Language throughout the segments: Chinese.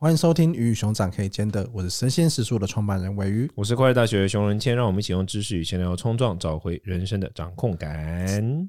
欢迎收听鱼与熊掌可以兼得，我是神仙食宿的创办人尾鱼， 我是快乐大学的熊仁谦，让我们一起用知识与闲聊冲撞，找回人生的掌控感。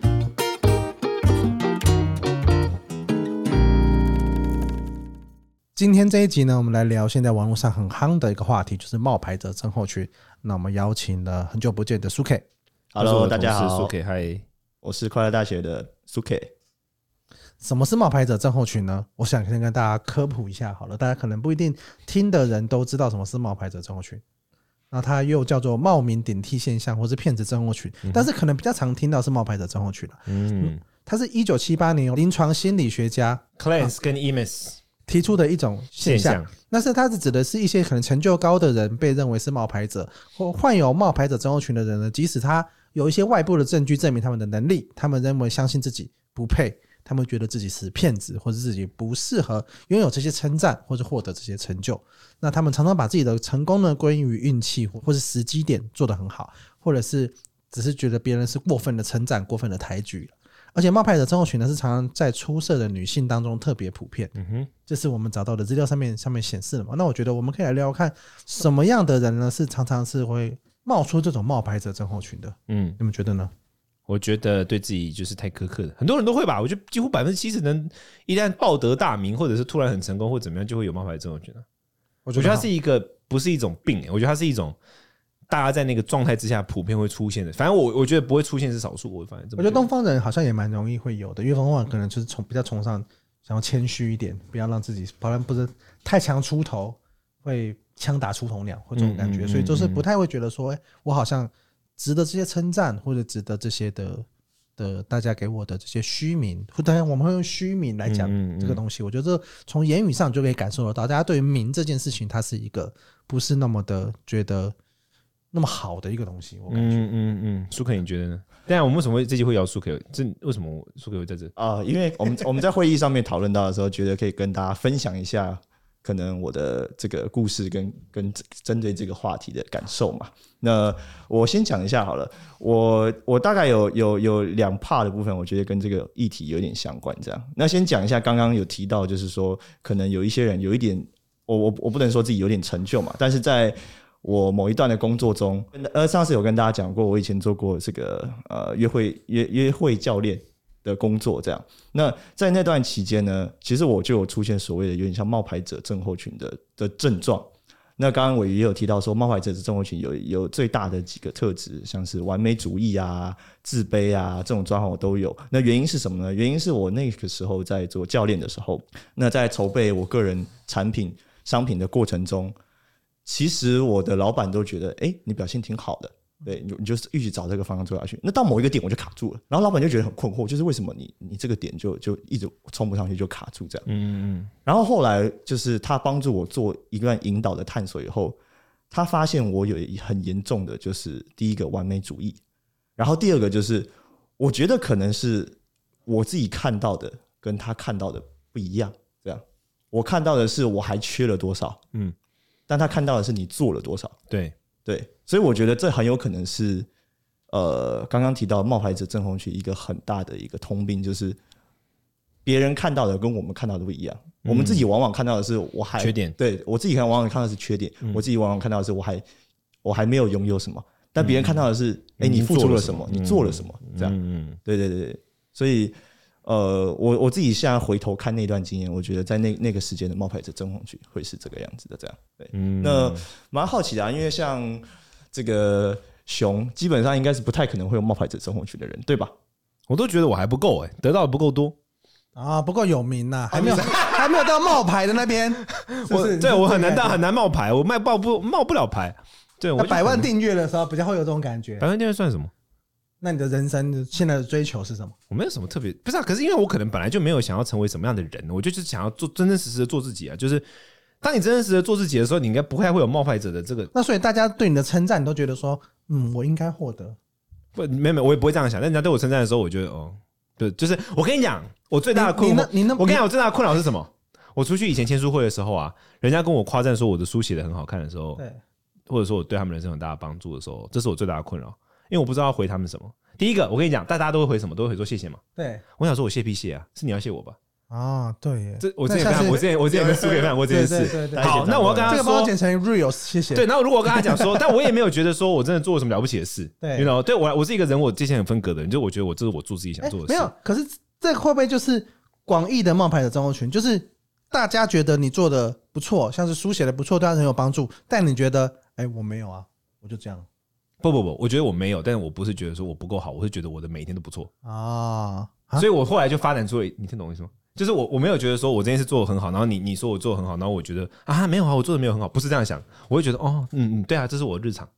今天这一集呢，我们来聊现在网络上很夯的一个话题，就是冒牌者症候群。那我们邀请了很久不见的苏 K。Hello， 大家好， 苏 K， 嗨， 我是快乐大学的苏 K。 什么是冒牌者症候群呢？我想先跟大家科普一下好了，大家可能不一定听的人都知道什么是冒牌者症候群，那它又叫做冒名顶替现象或是骗子症候群，但是可能比较常听到是冒牌者症候群它是1978年临床心理学家 Clance 跟 Emes 提出的一种现象，那是它是指的是一些可能成就高的人被认为是冒牌者，或患有冒牌者症候群的人呢，即使他有一些外部的证据证明他们的能力，他们认为相信自己不配，他们觉得自己是骗子，或者自己不适合拥有这些称赞或者获得这些成就，那他们常常把自己的成功呢归因于运气或是时机点做得很好，或者是只是觉得别人是过分的称赞过分的抬举。而且冒牌者症候群呢是常常在出色的女性当中特别普遍，这是我们找到的资料上面显示的嘛。那我觉得我们可以来聊聊看什么样的人呢是常常是会冒出这种冒牌者症候群的。你们觉得呢？ 我觉得对自己就是太苛刻了，很多人都会吧。我觉得几乎70%人一旦报得大名，或者是突然很成功或怎么样，就会有冒牌症候群。我觉得它是一个不是一种病，我觉得它是一种大家在那个状态之下普遍会出现的。反正我觉得不会出现是少数，我发现这么。 我觉得东方人好像也蛮容易会有的，因为东方人可能就是比较崇尚想要谦虚一点，不要让自己好像不是太强出头，会枪打出头鸟或这种感觉，所以就是不太会觉得说，我好像值得这些称赞，或者值得这些的大家给我的这些虚名，或者我们会用虚名来讲这个东西。我觉得从言语上就可以感受得到，大家对于名这件事情，它是一个不是那么的觉得那么好的一个东西。我感觉， 苏 K 你觉得呢？对啊，我们为什么这集会聊苏 K？ 为什么苏 K 会在这？ 因为我们在会议上面讨论到的时候，觉得可以跟大家分享一下。可能我的这个故事跟针对这个话题的感受嘛，那我先讲一下好了。我大概有2 part 的部分，我觉得跟这个议题有点相关。这样，那先讲一下刚刚有提到，就是说可能有一些人有一点，我不能说自己有点成就嘛，但是在我某一段的工作中，上次有跟大家讲过，我以前做过这个约会教练的工作，这样。那在那段期间呢，其实我就有出现所谓的有点像冒牌者症候群的症状。那刚刚我也有提到说，冒牌者症候群有最大的几个特质，像是完美主义啊、自卑啊，这种状况我都有。那原因是什么呢？原因是我那个时候在做教练的时候，那在筹备我个人产品商品的过程中，其实我的老板都觉得，你表现挺好的。对，你就是一直找这个方向做下去，那到某一个点我就卡住了，然后老板就觉得很困惑，就是为什么你这个点就一直冲不上去，就卡住这样。然后后来就是他帮助我做一段引导的探索以后，他发现我有很严重的，就是第一个完美主义，然后第二个就是我觉得可能是我自己看到的跟他看到的不一样，这样。我看到的是我还缺了多少，但他看到的是你做了多少，对，所以我觉得这很有可能是刚刚提到冒牌者症候群一个很大的一个通病，就是别人看到的跟我们看到的不一样。我们自己往往看到的是我还缺点， 对，我自己往往看到的是缺点，我自己往往看到的是我还没有拥有什么，但别人看到的是你付出了什么，你做了什么，这样。对，所以我自己现在回头看那段经验，我觉得在那个时间的冒牌者症候群会是这个样子的，这样。对，那蛮好奇的因为像这个熊基本上应该是不太可能会有冒牌者症候群的人，对吧？ 我都觉得我还不够得到的不够多啊，不够有名呐，还没有到冒牌的那边。 我很难冒牌，我冒不了牌。对，我 100万订阅的时候比较会有这种感觉。 100万订阅算什么？ 那你的人生现在的追求是什么？ 我没有什么特别，不是可是因为我可能本来就没有想要成为什么样的人，我就是想要做真真实实的做自己啊。就是当你真真实实的做自己的时候，你应该不会有冒牌者的这个。 那所以大家对你的称赞，你都觉得说，我应该获得。 不，没，我也不会这样想。但人家对我称赞的时候，我觉得对，就是我跟你讲，我最大的困惑，我跟你讲，我最大的困扰是什么？我出去以前签书会的时候啊，人家跟我夸赞说我的书写得很好看的时候，对，或者说我对他们人生有很大的帮助的时候，这是我最大的困扰，因为我不知道要回他们什么。第一个，我跟你讲，大家都会回什么？都会回说谢谢嘛。 对， 我想说我谢屁谢啊，是你要谢我吧？ 啊，对耶， 我之前跟苏给分过这件事。好，那我要跟他说， 这个帮我剪成 reels， 谢谢。 对，然后如果我跟他讲说，但我也没有觉得说我真的做了什么了不起的事。 对 ，you know， 对我是一个人，我界限很分隔的人，就我觉得这是我做自己想做的事。 没有，可是这会不会就是广义的冒牌者症候群？就是大家觉得你做的不错，像是书写的不错，对他很有帮助，但你觉得，我没有啊，我就这样。 不，我觉得我没有，但是我不是觉得说我不够好，我是觉得我的每一天都不错啊。 所以我后来就发展出了，你听懂我意思吗？就是我没有觉得说我这件事做得很好，然后你说我做得很好，然后我觉得没有啊，我做得没有很好，不是这样想，我会觉得对啊，这是我的日常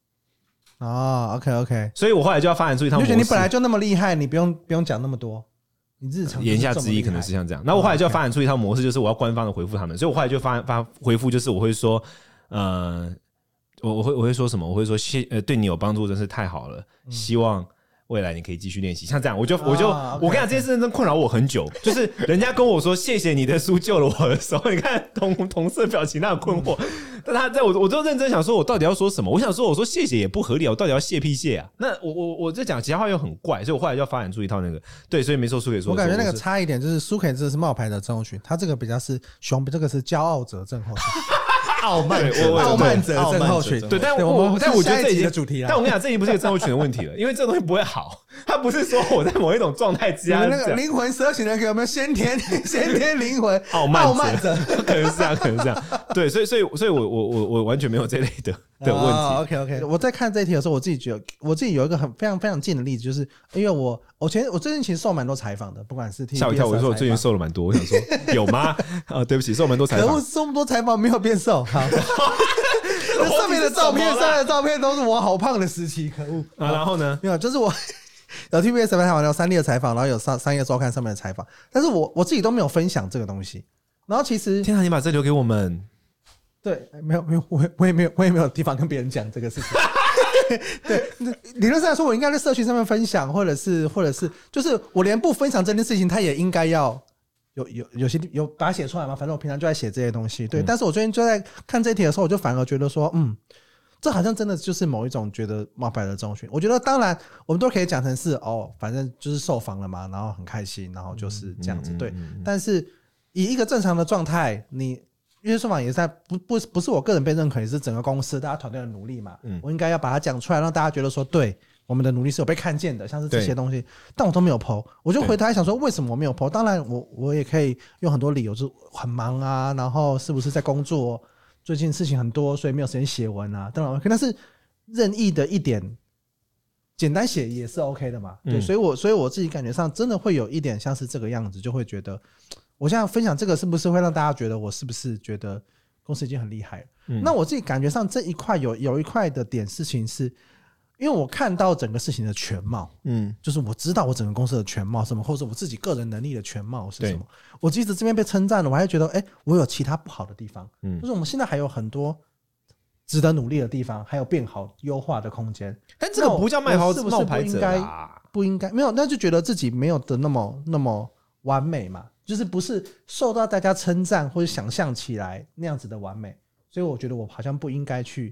OK， 所以我后来就要发展出一套模式。 就觉得你本来就那么厉害，你不用讲那么多，你日常言下之意可能是像这样。然后我后来就要发展出一套模式，就是我要官方的回复他们，所以我后来就发回复，就是我会说，我会说什么？我会说对你有帮助真是太好了，希望未来你可以继续练习，像这样，我跟你讲，这件事真困扰我很久。就是人家跟我说谢谢你的书救了我的时候，你看同事的表情，他很困惑。但他在我就认真想说，我到底要说什么？我想说，我说谢谢也不合理啊，我到底要谢屁谢啊？那我在讲其他话又很怪，所以我后来就要发展出一套那个对，所以没错，苏可以说， 我感觉那个差一点，就是苏可以这是冒牌者症候群，他这个比较是这个是骄傲者症候群。傲慢者症候群， 对，但我觉得这已经主题了。 但我跟你讲，这已经不是一个症候群的问题了，因为这个东西不会好。它不是说我在某一种状态之下， 那个灵魂12型人格有没有先天灵魂傲慢者？可能是这样。对，所以我完全没有这类的问题。OK， 我在看这一题的时候，我自己觉得我自己有一个非常非常近的例子，就是因为我最近其实受蛮多采访的，不管是吓我一跳，我说我最近受了蛮多，我想说有吗？对不起，受蛮多采访。 可恶，这么多采访没有变瘦。好，上面的照片都是我好胖的时期，可恶。 然后呢？ 没有，就是我有 TVBS 采访，有3立的采访，然后有商业周刊上面的采访，但是我自己都没有分享这个东西。然后其实， 天啊，你把这留给我们。 对，没有，我也没有地方跟别人讲这个事情。对，理论上来说，我应该在社区上面分享，或者是，就是我连不分享这件事情，他也应该要有把它写出来嘛。反正我平常就在写这些东西，对。但是我最近就在看这一题的时候，我就反而觉得说，这好像真的就是某一种觉得冒牌的症候群。我觉得当然我们都可以讲成是反正就是受访了嘛，然后很开心，然后就是这样子，对。但是以一个正常的状态，因为受访也是在不是我个人被认可，也是整个公司大家团队的努力嘛。我应该要把它讲出来，让大家觉得说，对，我们的努力是有被看见的，像是这些东西，但我都没有 po。我就回答想说，为什么我没有 po？当然我也可以用很多理由，就是很忙啊，然后是不是在工作，最近事情很多，所以没有时间写文啊，当然，但是任意的一点简单写也是 OK 的嘛。对，所以我自己感觉上真的会有一点像是这个样子，就会觉得。我现在分享这个是不是会让大家觉得我是不是觉得公司已经很厉害了？那我自己感觉上这一块有一块的点事情是，因为我看到整个事情的全貌，就是我知道我整个公司的全貌是什么，或者我自己个人能力的全貌是什么。我即使这边被称赞了，我还觉得我有其他不好的地方，就是我们现在还有很多值得努力的地方，还有变好优化的空间。 但这个不叫冒牌者不应该没有，那就觉得自己没有的那么完美嘛。就是不是受到大家称赞或者想象起来那样子的完美，所以我觉得我好像不应该去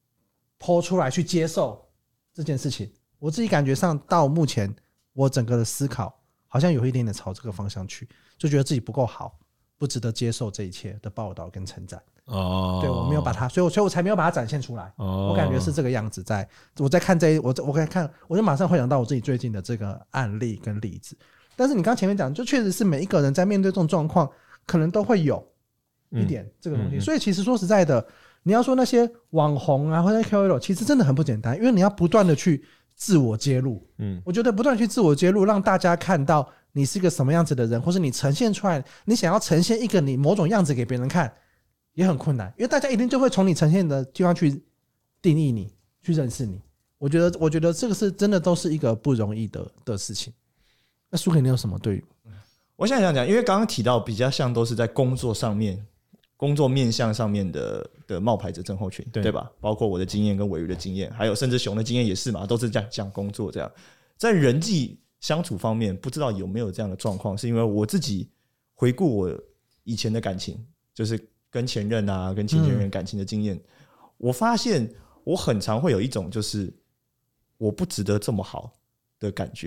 po出来去接受这件事情。我自己感觉上到目前，我整个的思考好像有一点点朝这个方向去，就觉得自己不够好，不值得接受这一切的报道跟称赞。对，我没有把它，所以我才没有把它展现出来。我感觉是这个样子。我在看我在看，我就马上会想到我自己最近的这个案例跟例子。但是你刚前面讲，就确实是每一个人在面对这种状况，可能都会有一点这个东西。所以其实说实在的，你要说那些网红啊或者 KOL， 其实真的很不简单，因为你要不断的去自我揭露。我觉得不断的去自我揭露，让大家看到你是一个什么样子的人，或是你呈现出来，你想要呈现一个你某种样子给别人看，也很困难，因为大家一定就会从你呈现的地方去定义你，去认识你。我觉得这个是真的都是一个不容易的事情。那苏肯你有什么对于？ 我想讲，因为刚刚提到比较像都是在工作上面、工作面向上面的冒牌者症候群， 对吧？包括我的经验跟伟宇的经验，还有甚至熊的经验也是嘛，都是讲工作这样。在人际相处方面，不知道有没有这样的状况？是因为我自己回顾我以前的感情，就是跟前任啊、跟前前任感情的经验，我发现我很常会有一种就是我不值得这么好的感觉。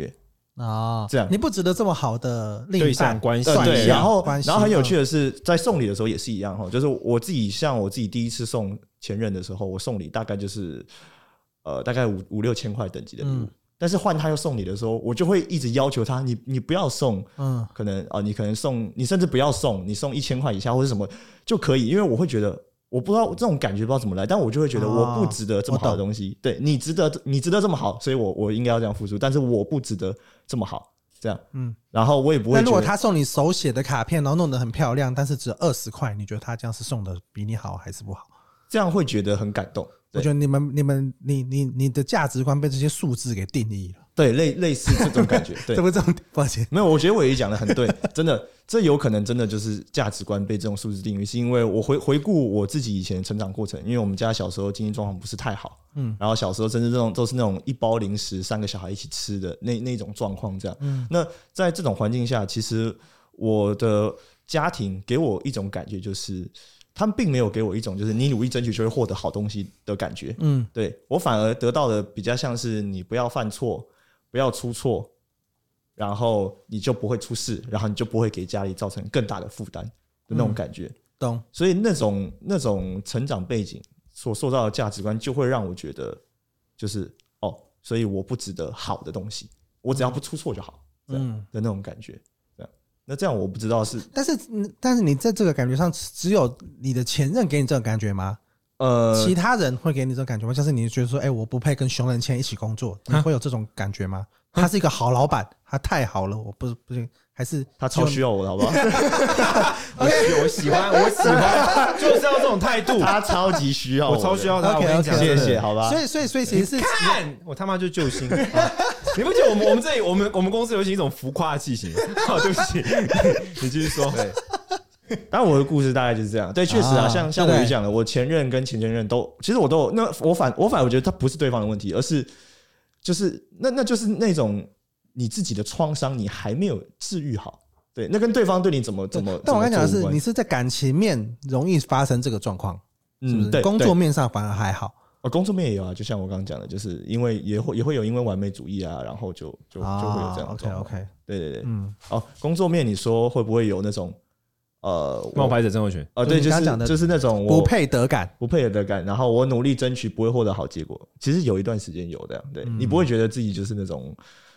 这样你不值得这么好的另一半关系。 对，然后很有趣的是， 是，在送礼的时候也是一样就是我自己第一次送前任的时候，我送礼大概就是大概5、6千块等级的礼物。但是换他要送你的时候，我就会一直要求他，你不要送，可能你可能送，你甚至不要送，你送1000块以下或者什么就可以，因为我会觉得我不知道这种感觉不知道怎么来，但我就会觉得我不值得这么好的东西，对你值得这么好，所以我应该要这样付出，但是我不值得这么好，这样，然后我也不会觉得。 那如果他送你手写的卡片，然后弄得很漂亮，但是只有20块，你觉得他这样是送的比你好还是不好？ 这样会觉得很感动。 我觉得你的价值观被这些数字给定义了， 对，类似这种感觉，对， 这不这种，抱歉， 没有，我觉得我也讲得很对，真的，这有可能真的就是价值观被这种数字定义，是因为我回顾我自己以前的成长过程，因为我们家小时候经济状况不是太好，然后小时候甚至都是那种一包零食3个小孩一起吃的那种状况，这样，那在这种环境下，其实我的家庭给我一种感觉就是。他们并没有给我一种就是你努力争取就会获得好东西的感觉，对，我反而得到的比较像是你不要犯错，不要出错，然后你就不会出事，然后你就不会给家里造成更大的负担的那种感觉， 懂？ 所以那种成长背景所塑造的价值观，就会让我觉得就是所以我不值得好的东西，我只要不出错就好，的那种感觉。那这样我不知道是， 但是你在这个感觉上，只有你的前任给你这种感觉吗？其他人会给你这种感觉吗？像是你觉得说，我不配跟熊仁谦一起工作，你会有这种感觉吗？他是一个好老板，他太好了，我不行，还是他超需要我的，好不好？ 我喜欢，就是要这种态度。 他超级需要我超需要他。我跟你讲， 谢谢，好吧。 所以其实是看我他妈就救星。你不觉得我们这里我们公司流行一种浮夸的气息？对不起，你继续说。对， 当然我的故事大概就是这样。对，确实啊，像我讲的，我前任跟前前任都，其实我都有。那我反而觉得他不是对方的问题，而是就是那就是那种你自己的创伤，你还没有治愈好。对，那跟对方对你怎么。 但我刚讲的是，你是在感情面容易发生这个状况，是不是？对，工作面上反而还好。 工作面也有啊，就像我刚刚讲的，就是因为也会有因为完美主义啊，然后就会有这样的状况。OK， 对，工作面你说会不会有那种冒牌者症候群？ 对，就是那种不配得感， 然后我努力争取不会获得好结果。其实有一段时间有这样，对，你不会觉得自己就是那种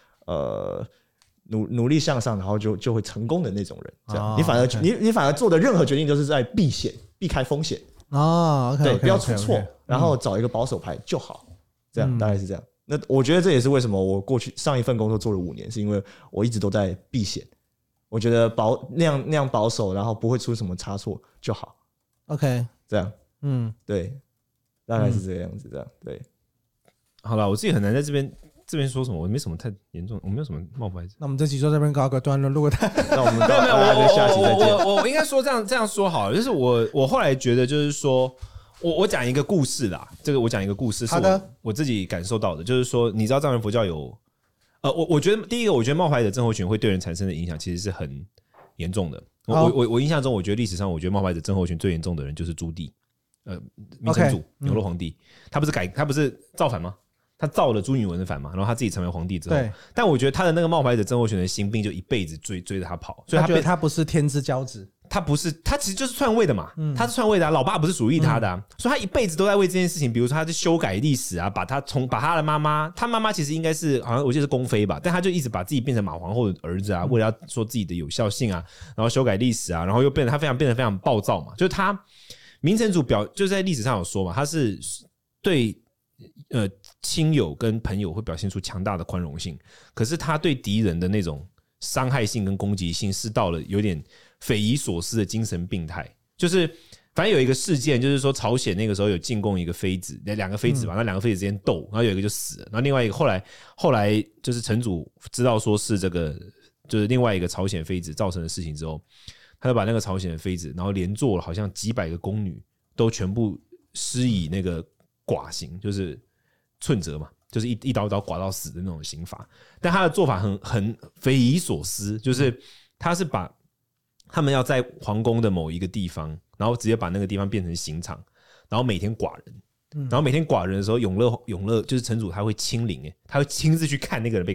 努力向上，然后就会成功的那种人。这样，你反而做的任何决定都是在避开风险。对，不要出错，然后找一个保守牌就好，这样大概是这样。那我觉得这也是为什么我过去上一份工作做了5年，是因为我一直都在避险。我觉得那样保守，然后不会出什么差错就好。 OK， 这样，对，大概是这个样子，这样对。 好了，我自己很难在这边说什么，我没什么太严重，我没有什么冒牌者。 那我们这期就这边告个段落。如果那我们没有，下期再见。 我应该说这样说好了，就是我后来觉得就是说，我讲一个故事啦，这个我讲一个故事是我自己感受到的，就是说，你知道藏传佛教有我觉得第一个，我觉得冒牌者症候群会对人产生的影响其实是很严重的。我印象中，我觉得历史上，我觉得冒牌者症候群最严重的人就是朱棣，明成祖牛肉皇帝，他不是造反吗？他造了朱允炆的反嘛，然后他自己成为皇帝之后，但我觉得他的那个冒牌者症候群的心病就一辈子追着他跑，所以他觉得他不是天之骄子， 他不是，他其实就是篡位的嘛，他是篡位的，老爸不是属于他的，所以他一辈子都在为这件事情，比如说他在修改历史啊，把他的妈妈，他妈妈其实应该是好像我记得是宫妃吧，但他就一直把自己变成马皇后的儿子啊，为了要说自己的有效性啊，然后修改历史啊，然后又变得非常暴躁嘛，就是他明成祖就是在历史上有说嘛，他是对亲友跟朋友会表现出强大的宽容性，可是他对敌人的那种伤害性跟攻击性是到了有点匪夷所思的精神病态。就是反正有一个事件，就是说朝鲜那个时候有进贡一个妃子，2个妃子吧，那2个妃子之间斗，然后有一个就死了，然后另外一个后来就是成祖知道说是这个就是另外一个朝鲜妃子造成的事情之后，他就把那个朝鲜的妃子，然后连做了好像几百个宫女都全部施以那个剐刑，就是寸折嘛，就是一刀一刀剐到死的那种刑罚。但他的做法很匪夷所思，就是他是把他们要在皇宫的某一个地方，然后直接把那个地方变成刑场，然后每天剐人，然后每天剐人的时候，永乐就是成祖他会亲临，他会亲自去看那个人被剐，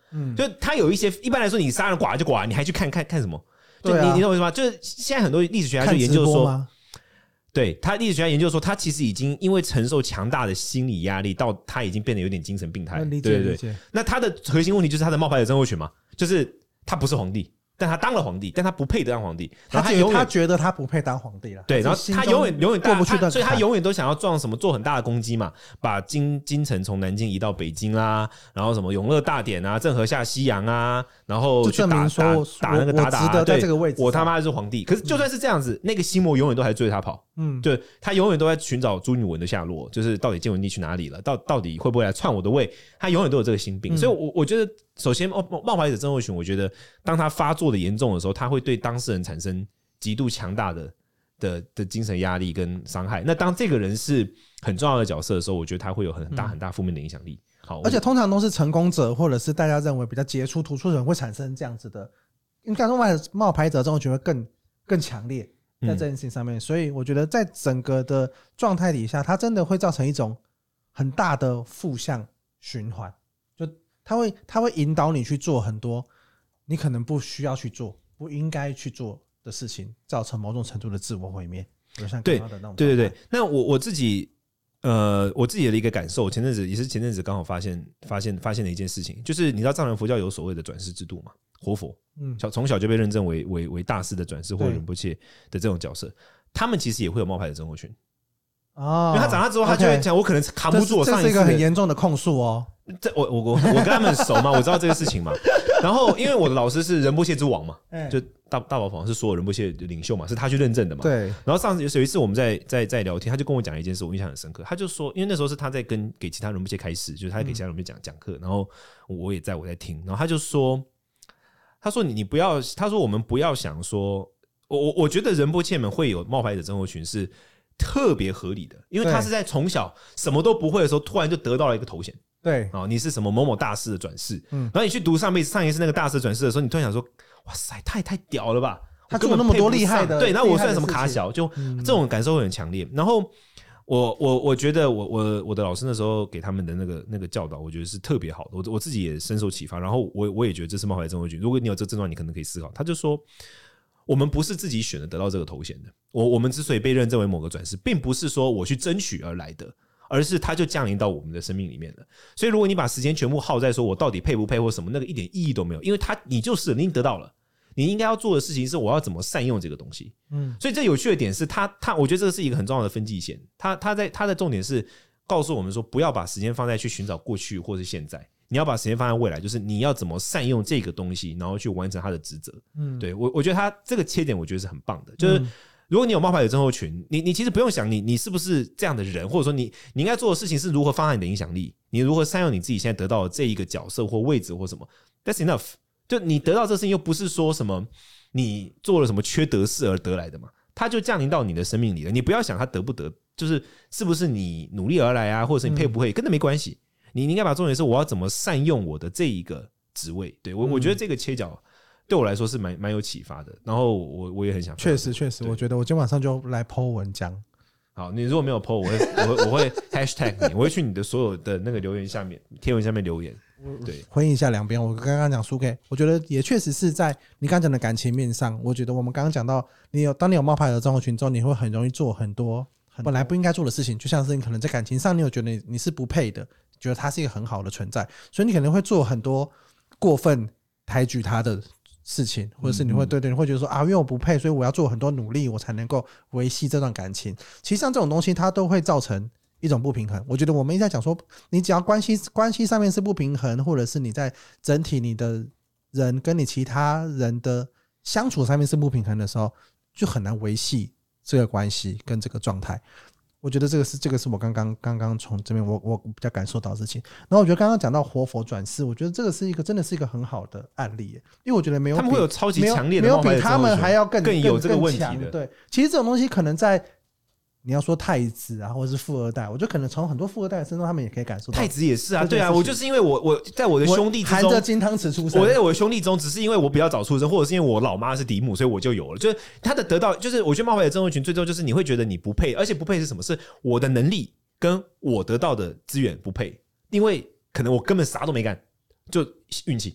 就他有一些一般来说你杀人剐就剐，你还去看什么？就对啊你懂我意思吗？就是现在很多历史学家就研究说， 看直播吗？ 对他历史学家研究说，他其实已经因为承受强大的心理压力，到他已经变得有点精神病态。 理解对对理解对。那他的核心问题就是他的冒牌者症候群嘛，就是他不是皇帝，但他当了皇帝，但他不配当皇帝，然后他觉得他不配当皇帝了。 对，然后他永远过不去的， 所以他永远都想要撞什么做很大的攻击嘛，把京城从南京移到北京啦，然后什么永乐大典啊，郑和下西洋啊，然后去打那个打， 值得在这个位置， 我他妈是皇帝。可是就算是这样子，那个心魔永远都还追他跑，对，他永远都在寻找朱允炆的下落，就是到底建文帝去哪里了，到底会不会来篡我的位，他永远都有这个心病。所以我觉得，首先冒牌者症候群，我觉得当他发作的严重的时候，他会对当事人产生极度强大的精神压力跟伤害。那当这个人是很重要的角色的时候，我觉得他会有很大负面的影响力。好， 而且通常都是成功者或者是大家认为比较杰出突出的人会产生这样子的，应该说冒牌者症候群会更强烈在这件事情上面。所以我觉得在整个的状态底下，它真的会造成一种很大的负向循环，就它会引导你去做很多你可能不需要去做、不应该去做的事情，造成某种程度的自我毁灭。就像刚刚的那种对对对。那我自己的一个感受，前阵子刚好发现了一件事情，就是你知道藏传佛教有所谓的转世制度嘛，活佛，从小就被认证为大师的转世或仁波切的这种角色，他们其实也会有冒牌的症候群。因为他长大之后，他就会讲，我可能扛不住我上一次。 这是一个很严重的控诉哦。 我跟他们熟嘛，我知道这个事情嘛。然后因为我的老师是仁波切之王嘛，就大宝坊是所有仁波切的领袖嘛，是他去认证的嘛。 对。 然后上次有一次我们在聊天，他就跟我讲一件事，我印象很深刻。他就说，因为那时候是他在给其他仁波切开示，就是他给其他仁波切讲课，然后我在听，然后他就说，你不要，他说我们不要想说，我觉得仁波切们会有冒牌者症候群是特别合理的，因为他是在从小什么都不会的时候，突然就得到了一个头衔。 对， 你是什么某某大师的转世，然后你去读上一次那个大师转世的时候，你突然想说，哇塞，太屌了吧！ 他做了那么多厉害的， 对，然后我算什么卡小，就这种感受会很强烈。然后我觉得我的老师那时候给他们的那个教导，我觉得是特别好的，我自己也深受启发。然后我也觉得这是冒牌症候群，如果你有这症状，你可能可以思考。他就说，我们不是自己选的得到这个头衔的，我们之所以被认证为某个转世，并不是说我去争取而来的，而是它就降临到我们的生命里面了。所以如果你把时间全部耗在说我到底配不配或什么，那个一点意义都没有，因为你就是你已经得到了，你应该要做的事情是我要怎么善用这个东西。所以这有趣的点是我觉得这个是一个很重要的分界线。它的重点是告诉我们说，不要把时间放在去寻找过去或是现在，你要把时间放在未来，就是你要怎么善用这个东西，然后去完成它的职责。对，我觉得它这个切点我觉得是很棒的，就是如果你有冒牌者症候群，你其实不用想你是不是这样的人，或者说你应该做的事情是如何发展你的影响力，你如何善用你自己现在得到的这一个角色或位置或什么 ，That's enough。就你得到这事情又不是说什么你做了什么缺德事而得来的嘛，它就降临到你的生命里了。你不要想它得不得，就是是不是你努力而来啊，或者是你配不配，跟这没关系。你应该把重点是我要怎么善用我的这一个职位。对，我觉得这个切角对我来说是蛮有启发的，然后我也很想。 确实，我觉得我今天晚上就来 po 文章。 好，你如果没有 po， 我会 hashtag 你，我会去你的所有的那个留言下面、贴文下面留言。对， 回应一下两边。我刚刚讲苏 K， 我觉得也确实是在你刚刚讲的感情面上，我觉得我们刚刚讲到，当你有冒牌的症候群之后，你会很容易做很多本来不应该做的事情，就像是你可能在感情上，你有觉得你是不配的，觉得他是一个很好的存在，所以你可能会做很多过分抬举他的事情，或者是你会你会觉得说因为我不配，所以我要做很多努力，我才能够维系这段感情。其实像这种东西，它都会造成一种不平衡。我觉得我们一直在讲说，你只要关系上面是不平衡，或者是你在整体你的人跟你其他人的相处上面是不平衡的时候，就很难维系这个关系跟这个状态。我觉得这个是我刚刚从这边我比较感受到的事情。然后我觉得刚刚讲到活佛转世，我觉得这个是真的是一个很好的案例，因为我觉得没有他们会有超级强烈的没有比他们还要更有这个问题的。 对，其实这种东西可能在你要说太子啊，或者是富二代，我觉得可能从很多富二代的身上，他们也可以感受到。 太子也是啊，对啊，我就是因为我在我的兄弟之中含着金汤匙出生， 我在我的兄弟中，只是因为我比较早出生，或者是因为我老妈是嫡母，所以我就有了。就是他的得到，就是我觉得冒牌者症候群最终就是你会觉得你不配，而且不配是什么？是我的能力跟我得到的资源不配，因为可能我根本啥都没干，就运气。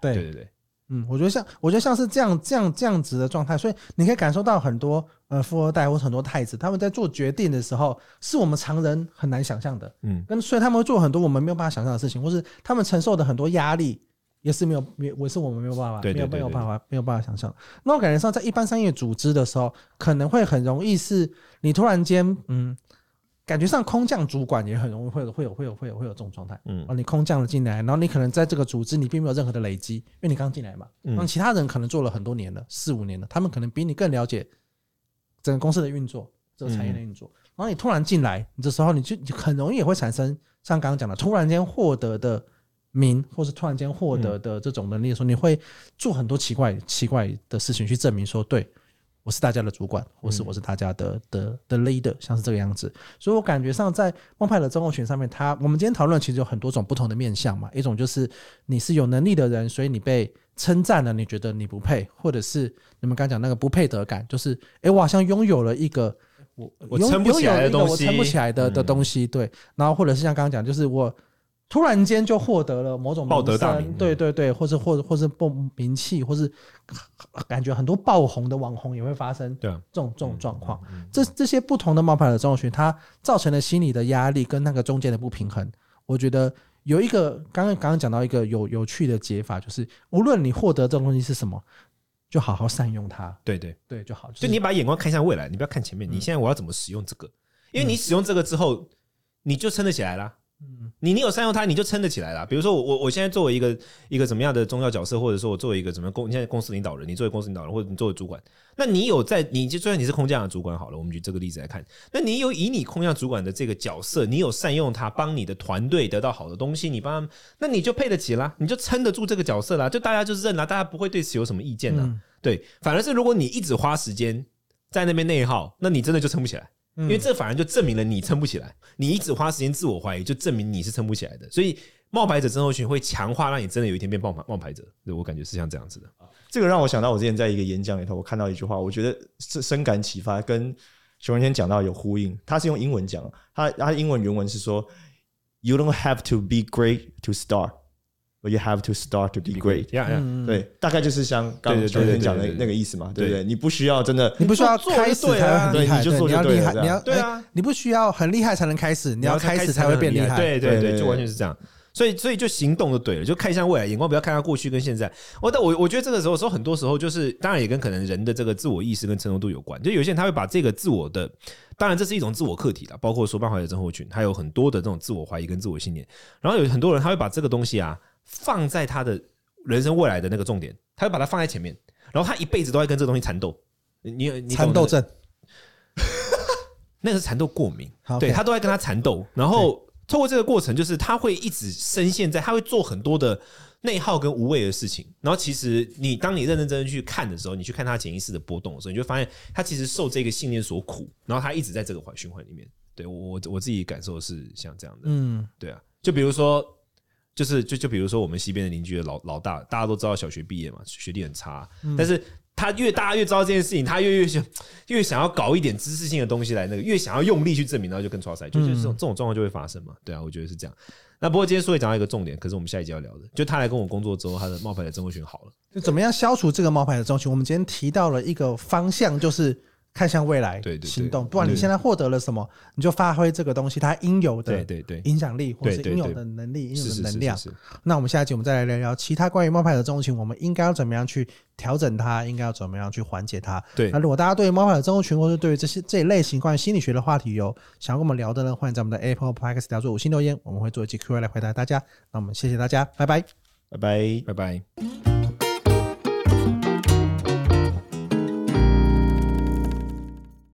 对对对对， 我觉得像是这样子的状态，所以你可以感受到很多富二代或很多太子他们在做决定的时候，是我们常人很难想象的。所以他们会做很多我们没有办法想象的事情，或是他们承受的很多压力，也是我们没有办法，没有办法想象。那我感觉上，在一般商业组织的时候，可能会很容易是你突然间感觉上空降主管也很容易会有这种状态。你空降了进来，然后你可能在这个组织你并没有任何的累积，因为你刚进来嘛。那其他人可能做了很多年了，4-5年了，他们可能比你更了解整个公司的运作，这个产业的运作。然后你突然进来，你这时候你很容易也会产生像刚刚讲的，突然间获得的名，或是突然间获得的这种能力的时候，你会做很多奇怪的事情去证明说，对，我是大家的主管，或是我是大家的 leader， 像是这个样子。所以我感觉上在冒牌的症候群上面，我们今天讨论其实有很多种不同的面向嘛。一种就是你是有能力的人，所以你被称赞了，你觉得你不配，或者是你们刚讲那个不配得感，就是我好像拥有了一个我撑不起来的东西， 我撑不起来的东西，对。然后或者是像刚刚讲，就是我突然间就获得了某种报得大名， 对对对，或是名气，或是感觉很多爆红的网红也会发生这种状况。这些不同的冒牌的症候群，它造成了心理的压力跟那个中间的不平衡。我觉得有一个刚刚讲到一个有趣的解法，就是无论你获得这种东西是什么，就好好善用它。 对对对，就好。 就你把眼光看向未来，你不要看前面。你现在我要怎么使用这个？因为你使用这个之后，你就撑得起来啦。你有善用它，你就撑得起来啦。比如说我现在作为一个怎么样的重要角色，或者说我作为一个怎么样你现在公司领导人，你作为公司领导人，或者你作为主管，那你有你就算你是空降的主管好了，我们举这个例子来看，那你有以你空降主管的这个角色，你有善用它，帮你的团队得到好的东西，你帮他们，那你就配得起啦，你就撑得住这个角色啦，就大家就认啦，大家不会对此有什么意见啦。对，反而是如果你一直花时间在那边内耗，那你真的就撑不起来。因为这反而就证明了你撑不起来，你一直花时间自我怀疑，就证明你是撑不起来的。所以冒牌者症候群会强化，让你真的有一天变冒牌者。我感觉是像这样子的。 这个让我想到我之前在一个演讲里头，我看到一句话，我觉得是深感启发，跟熊仁谦讲到有呼应。他是用英文讲，他英文原文是说 "You don't have to be great to start." But you have to start to be great. 对，大概就是像刚刚熊仁谦讲的那个意思嘛，对不对？你不需要真的， 你不需要开始才会很厉害， 你就做就对了。 你要对啊，你不需要很厉害才能开始，你要开始才会变厉害。 对对对，就完全是这样。所以就行动就对了，就看向未来，眼光不要看到过去跟现在。但我觉得这个时候很多时候就是，当然也跟可能人的这个自我意识跟承受度有关。就有些人他会把这个自我的，当然这是一种自我课题啦，包括说冒牌者症候群，还有很多的这种自我怀疑跟自我信念。然后有很多人他会把这个东西啊放在他的人生未来的那个重点，他会把它放在前面，然后他一辈子都在跟这个东西缠斗。你缠斗症， 那个是缠斗过敏，对，他都在跟他缠斗，然后。透过这个过程，就是他会一直深陷在，他会做很多的内耗跟无谓的事情。然后其实当你认认真真去看的时候，你去看他潜意识的波动的时候，你就发现他其实受这个信念所苦，然后他一直在这个循环里面。对，我自己感受是像这样的，对啊，就比如说，就比如说我们西边的邻居的老大，大家都知道小学毕业嘛，学历很差，但是大家越知道这件事情，他越想要搞一点知识性的东西来，越想要用力去证明，然后就更挫赛，就是这种状况就会发生嘛。对啊，我觉得是这样。那不过今天说也讲到一个重点，可是我们下一集要聊的，就他来跟我工作之后，他的冒牌的症候群好了， 就怎么样消除这个冒牌的症候群？我们今天提到了一个方向，就是看向未来，行动。不管你现在获得了什么，你就发挥这个东西它应有的影响力，或是应有的能力、应有的能量。那我们下一集我们再来聊聊其他关于冒牌的症候群，我们应该要怎么样去调整它，应该要怎么样去缓解它。 对， 那如果大家对冒牌的症候群，或是对于这一类型关于心理学的话题有想要跟我们聊的呢，欢迎在我们的 Apple Podcast 聊做5星留言，我们会做一期 Q&A 来回答大家。那我们谢谢大家，拜拜， 拜拜， 拜拜。